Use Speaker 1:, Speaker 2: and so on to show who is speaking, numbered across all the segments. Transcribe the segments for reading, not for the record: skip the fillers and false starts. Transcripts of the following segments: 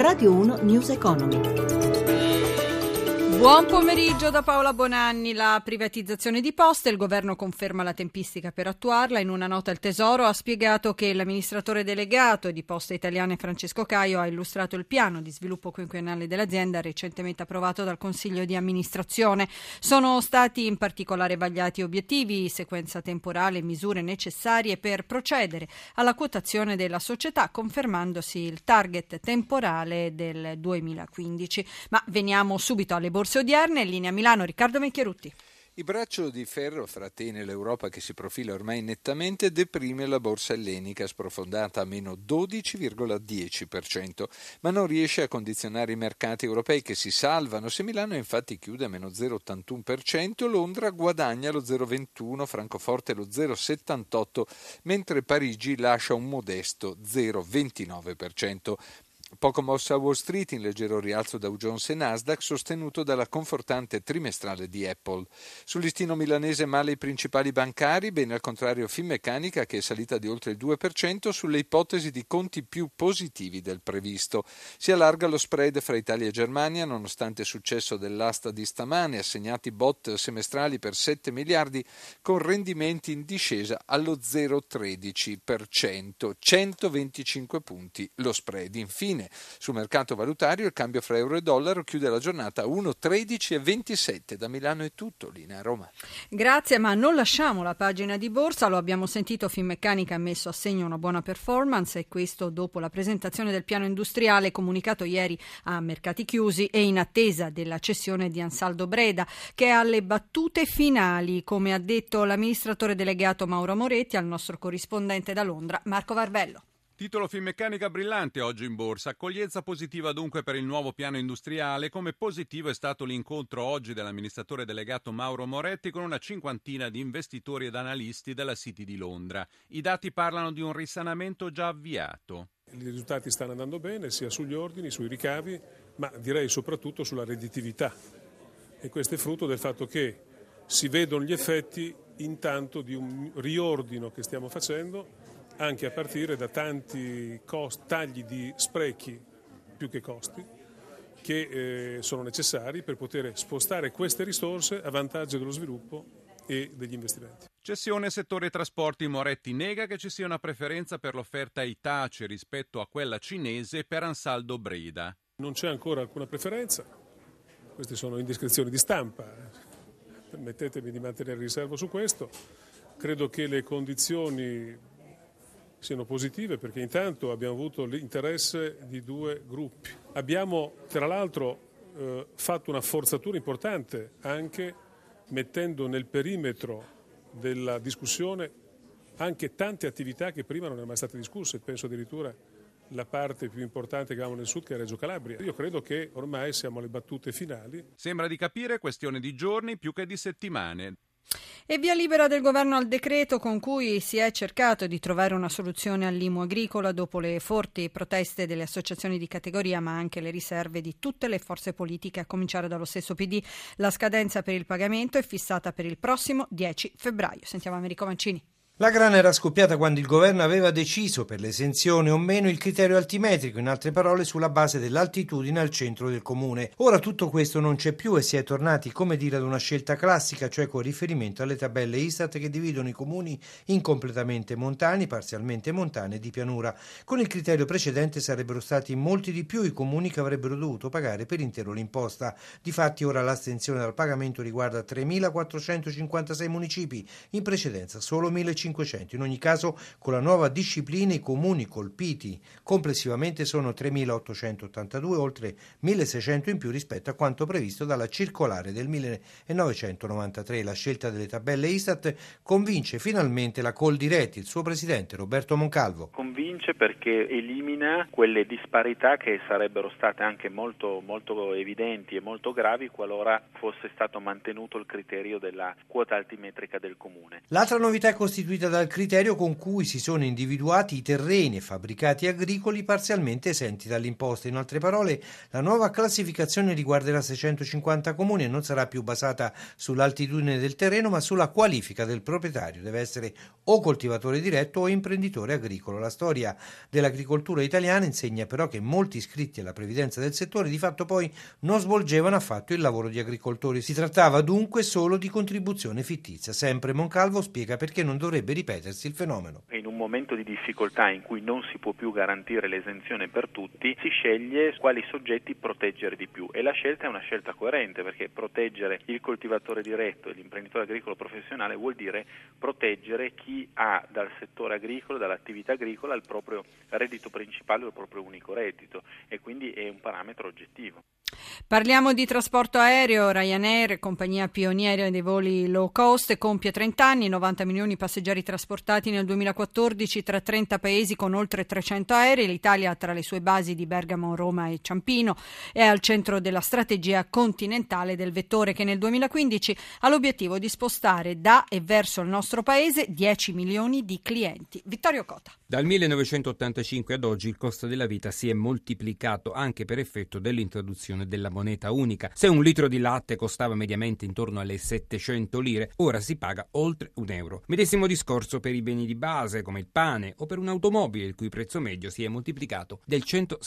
Speaker 1: Radio 1 News Economy.
Speaker 2: Buon pomeriggio da Paola Bonanni. La privatizzazione di Poste, il governo conferma la tempistica per attuarla. In una nota il Tesoro ha spiegato che l'amministratore delegato di Poste Italiane Francesco Caio ha illustrato il piano di sviluppo quinquennale dell'azienda recentemente approvato dal Consiglio di amministrazione. Sono stati in particolare vagliati obiettivi, sequenza temporale e misure necessarie per procedere alla quotazione della società, confermandosi il target temporale del 2015. Ma veniamo subito alle borse odierne. In linea Milano, Riccardo Vecchierutti.
Speaker 3: Il braccio di ferro fra Atene e l'Europa, che si profila ormai nettamente, deprime la borsa ellenica, sprofondata a meno 12,10%, ma non riesce a condizionare i mercati europei, che si salvano. Se Milano infatti chiude a meno 0,81%, Londra guadagna lo 0,21%, Francoforte lo 0,78%, mentre Parigi lascia un modesto 0,29%. Poco mossa a Wall Street, in leggero rialzo Dow Jones e Nasdaq, sostenuto dalla confortante trimestrale di Apple. Sul listino milanese male i principali bancari, bene al contrario Finmeccanica, che è salita di oltre il 2% sulle ipotesi di conti più positivi del previsto. Si allarga lo spread fra Italia e Germania, nonostante il successo dell'asta di stamane, assegnati bot semestrali per 7 miliardi, con rendimenti in discesa allo 0,13%, 125 punti lo spread. Infine, sul mercato valutario il cambio fra euro e dollaro chiude la giornata a 1,1327. Da Milano è tutto, linea Roma.
Speaker 2: Grazie, ma non lasciamo la pagina di borsa. Lo abbiamo sentito, Finmeccanica ha messo a segno una buona performance, e questo dopo la presentazione del piano industriale comunicato ieri a mercati chiusi e in attesa della cessione di Ansaldo Breda, che è alle battute finali, come ha detto l'amministratore delegato Mauro Moretti al nostro corrispondente da Londra, Marco Varvello.
Speaker 4: Titolo Finmeccanica brillante oggi in borsa, accoglienza positiva dunque per il nuovo piano industriale. Come positivo è stato l'incontro oggi dell'amministratore delegato Mauro Moretti con una cinquantina di investitori ed analisti della City di Londra. I dati parlano di un risanamento già avviato.
Speaker 5: I risultati stanno andando bene sia sugli ordini, sui ricavi, ma direi soprattutto sulla redditività. E questo è frutto del fatto che si vedono gli effetti intanto di un riordino che stiamo facendo, anche a partire da tanti tagli di sprechi più che costi che sono necessari per poter spostare queste risorse a vantaggio dello sviluppo e degli investimenti.
Speaker 4: Cessione settore trasporti. Moretti nega che ci sia una preferenza per l'offerta Hitachi rispetto a quella cinese per Ansaldo Breda.
Speaker 5: Non c'è ancora alcuna preferenza, queste sono indiscrezioni di stampa, permettetemi di mantenere riservo su questo. Credo che le condizioni siano positive, perché intanto abbiamo avuto l'interesse di due gruppi. Abbiamo tra l'altro fatto una forzatura importante anche mettendo nel perimetro della discussione anche tante attività che prima non erano mai state discusse, penso addirittura la parte più importante che avevamo nel sud, che è Reggio Calabria. Io credo che ormai siamo alle battute finali.
Speaker 4: Sembra di capire questione di giorni più che di settimane.
Speaker 2: E via libera del governo al decreto con cui si è cercato di trovare una soluzione all'IMU agricola dopo le forti proteste delle associazioni di categoria, ma anche le riserve di tutte le forze politiche, a cominciare dallo stesso PD. La scadenza per il pagamento è fissata per il prossimo 10 febbraio. Sentiamo Americo Mancini.
Speaker 6: La grana era scoppiata quando il governo aveva deciso per l'esenzione o meno il criterio altimetrico, in altre parole sulla base dell'altitudine al centro del comune. Ora tutto questo non c'è più e si è tornati, come dire, ad una scelta classica, cioè con riferimento alle tabelle Istat che dividono i comuni in completamente montani, parzialmente montani e di pianura. Con il criterio precedente sarebbero stati molti di più i comuni che avrebbero dovuto pagare per intero l'imposta. Difatti ora l'astensione dal pagamento riguarda 3.456 municipi, in precedenza solo 1.500. In ogni caso, con la nuova disciplina i comuni colpiti complessivamente sono 3.882, oltre 1.600 in più rispetto a quanto previsto dalla circolare del 1993. La scelta delle tabelle Istat convince finalmente la Coldiretti, il suo presidente Roberto Moncalvo.
Speaker 7: Convince perché elimina quelle disparità che sarebbero state anche molto evidenti e molto gravi qualora fosse stato mantenuto il criterio della quota altimetrica del comune.
Speaker 6: L'altra novità è costituita seguita dal criterio con cui si sono individuati i terreni e fabbricati agricoli parzialmente esenti dall'imposta. In altre parole, la nuova classificazione riguarderà 650 comuni e non sarà più basata sull'altitudine del terreno, ma sulla qualifica del proprietario. Deve essere o coltivatore diretto o imprenditore agricolo. La storia dell'agricoltura italiana insegna però che molti iscritti alla previdenza del settore di fatto poi non svolgevano affatto il lavoro di agricoltori. Si trattava dunque solo di contribuzione fittizia. Sempre Moncalvo spiega perché non dovrebbe ripetersi il fenomeno.
Speaker 7: In un momento di difficoltà in cui non si può più garantire l'esenzione per tutti, si sceglie quali soggetti proteggere di più, e la scelta è una scelta coerente, perché proteggere il coltivatore diretto e l'imprenditore agricolo professionale vuol dire proteggere chi ha dal settore agricolo, dall'attività agricola, il proprio reddito principale o il proprio unico reddito, e quindi è un parametro oggettivo.
Speaker 2: Parliamo di trasporto aereo. Ryanair, compagnia pioniera dei voli low cost, compie 30 anni, 90 milioni di passeggeri trasportati nel 2014 tra 30 paesi con oltre 300 aerei. L'Italia, tra le sue basi di Bergamo, Roma e Ciampino, è al centro della strategia continentale del vettore, che nel 2015 ha l'obiettivo di spostare da e verso il nostro paese 10 milioni di clienti. Vittorio Cota.
Speaker 8: Dal 1985 ad oggi il costo della vita si è moltiplicato anche per effetto dell'introduzione della moneta unica. Se un litro di latte costava mediamente intorno alle 700 lire, ora si paga oltre €1. Medesimo discorso per i beni di base come il pane o per un'automobile, il cui prezzo medio si è moltiplicato del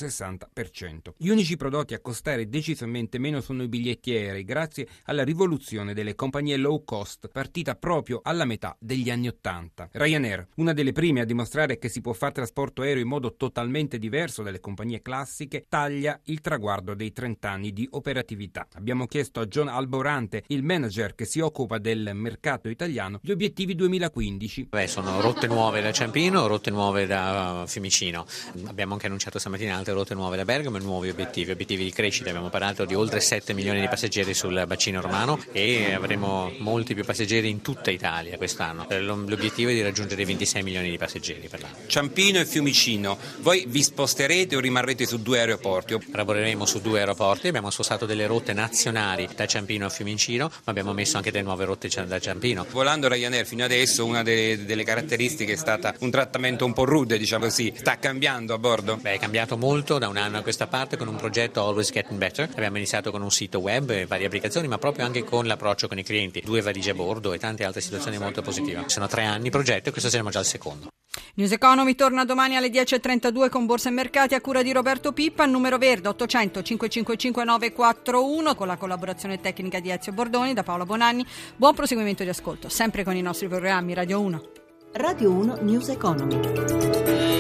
Speaker 8: 160%. Gli unici prodotti a costare decisamente meno sono i biglietti aerei, grazie alla rivoluzione delle compagnie low cost partita proprio alla metà degli anni '80. Ryanair, una delle prime a dimostrare che si può fare trasporto aereo in modo totalmente diverso dalle compagnie classiche, taglia il traguardo dei 30 anni di operatività. Abbiamo chiesto a John Alborante, il manager che si occupa del mercato italiano, gli obiettivi 2015.
Speaker 9: Sono rotte nuove da Ciampino, rotte nuove da Fiumicino. Abbiamo anche annunciato stamattina altre rotte nuove da Bergamo e nuovi obiettivi di crescita. Abbiamo parlato di oltre 7 milioni di passeggeri sul bacino romano e avremo molti più passeggeri in tutta Italia quest'anno. L'obiettivo è di raggiungere i 26 milioni di passeggeri per l'anno.
Speaker 8: Ciampino e Fiumicino, voi vi sposterete o rimarrete su 2 aeroporti?
Speaker 9: Lavoreremo su 2 aeroporti, abbiamo spostato delle rotte nazionali da Ciampino a Fiumicino, ma abbiamo messo anche delle nuove rotte da Ciampino.
Speaker 8: Volando Ryanair fino adesso una delle caratteristiche è stata un trattamento un po' rude, diciamo così. Sta cambiando a bordo?
Speaker 9: È cambiato molto da un anno a questa parte con un progetto Always Getting Better. Abbiamo iniziato con un sito web e varie applicazioni, ma proprio anche con l'approccio con i clienti, 2 valigie a bordo e tante altre situazioni molto positive. Sono 3 anni progetto e questo siamo già al secondo.
Speaker 2: News Economy torna domani alle 10.32 con Borsa e Mercati a cura di Roberto Pippa. Numero verde 800 555 941 con la collaborazione tecnica di Ezio Bordoni. Da Paola Bonanni, buon proseguimento di ascolto sempre con i nostri programmi Radio 1.
Speaker 1: Radio 1 News Economy.